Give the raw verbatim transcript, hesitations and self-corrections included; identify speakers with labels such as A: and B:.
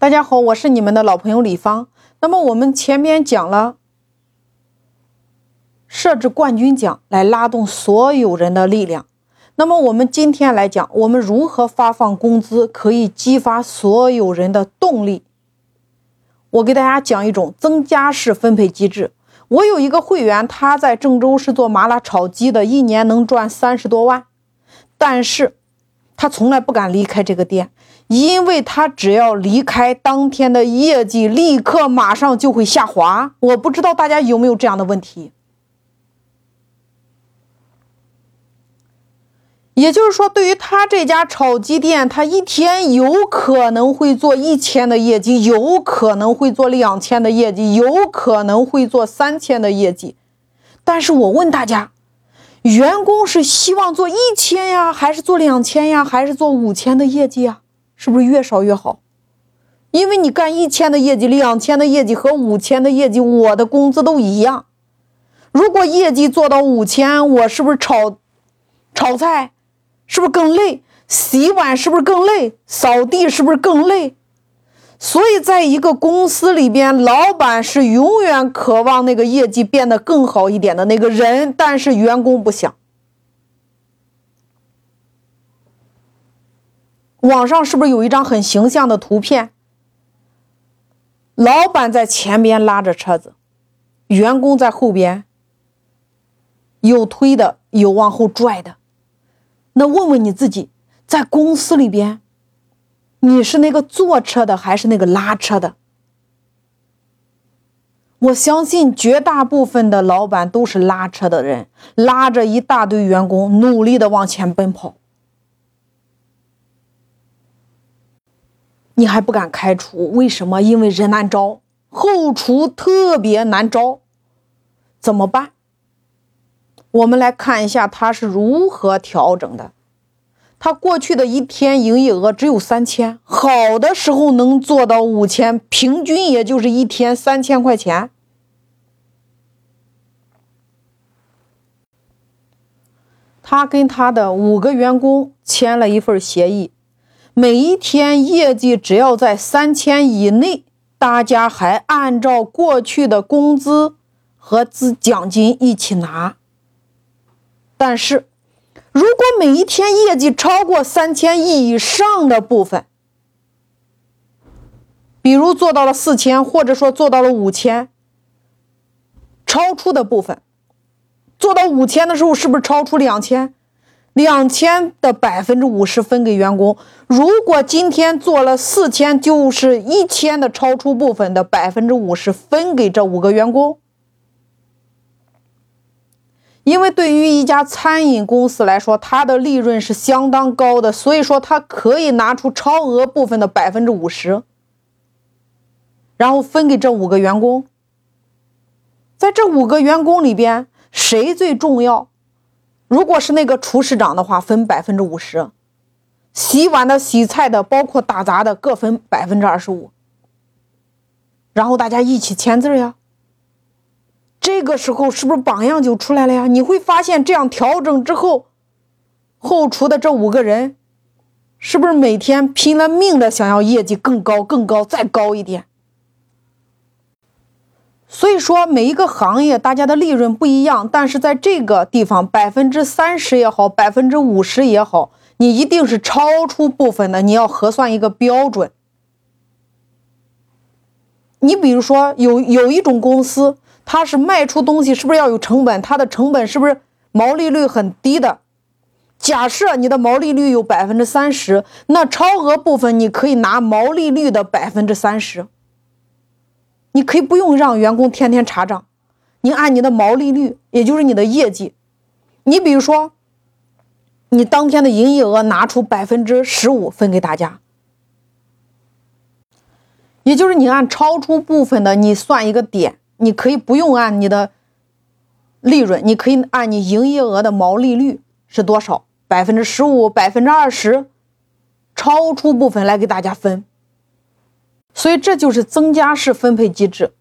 A: 大家好，我是你们的老朋友李芳。那么我们前面讲了设置冠军奖来拉动所有人的力量。那么我们今天来讲，我们如何发放工资可以激发所有人的动力。我给大家讲一种增加式分配机制。我有一个会员，他在郑州是做麻辣炒鸡的，一年能赚三十多万，但是他从来不敢离开这个店，因为他只要离开，当天的业绩立刻马上就会下滑。我不知道大家有没有这样的问题。也就是说，对于他这家炒鸡店，他一天有可能会做一千的业绩，有可能会做两千的业绩，有可能会做三千的业绩。但是我问大家，员工是希望做一千呀，还是做两千呀，还是做五千的业绩呀？是不是越少越好？因为你干一千的业绩、两千的业绩和五千的业绩，我的工资都一样。如果业绩做到五千，我是不是炒炒菜是不是更累？洗碗是不是更累？扫地是不是更累？所以在一个公司里边，老板是永远渴望那个业绩变得更好一点的那个人，但是员工不想。网上是不是有一张很形象的图片？老板在前边拉着车子，员工在后边，有推的，有往后拽的。那问问你自己，在公司里边，你是那个坐车的还是那个拉车的？我相信绝大部分的老板都是拉车的人，拉着一大堆员工努力的往前奔跑。你还不敢开除，为什么？因为人难招，后厨特别难招，怎么办？我们来看一下他是如何调整的。他过去的一天营业额只有三千，好的时候能做到五千，平均也就是一天三千块钱。他跟他的五个员工签了一份协议，每一天业绩只要在三千以内，大家还按照过去的工资和资奖金一起拿。但是如果每一天业绩超过三千以上的部分，比如做到了四千，或者说做到了五千，超出的部分，做到五千的时候是不是超出两千？两千的百分之五十分给员工。如果今天做了四千，就是一千的超出部分的百分之五十分给这五个员工。因为对于一家餐饮公司来说，它的利润是相当高的，所以说它可以拿出超额部分的百分之五十，然后分给这五个员工。在这五个员工里边，谁最重要？如果是那个厨师长的话，分百分之五十；洗碗的、洗菜的，包括打杂的，各分百分之二十五。然后大家一起签字呀。这个时候是不是榜样就出来了呀？你会发现这样调整之后，后厨的这五个人是不是每天拼了命的想要业绩更高更高再高一点？所以说每一个行业大家的利润不一样，但是在这个地方百分之三十也好，百分之五十也好，你一定是超出部分的，你要核算一个标准。你比如说有有一种公司，它是卖出东西是不是要有成本？它的成本是不是毛利率很低的？假设你的毛利率有百分之三十，那超额部分你可以拿毛利率的百分之三十，你可以不用让员工天天查账，你按你的毛利率，也就是你的业绩。你比如说，你当天的营业额拿出百分之十五分给大家，也就是你按超出部分的，你算一个点。你可以不用按你的利润，你可以按你营业额的毛利率是多少，百分之十五、百分之二十，超出部分来给大家分。所以这就是增加式分配机制。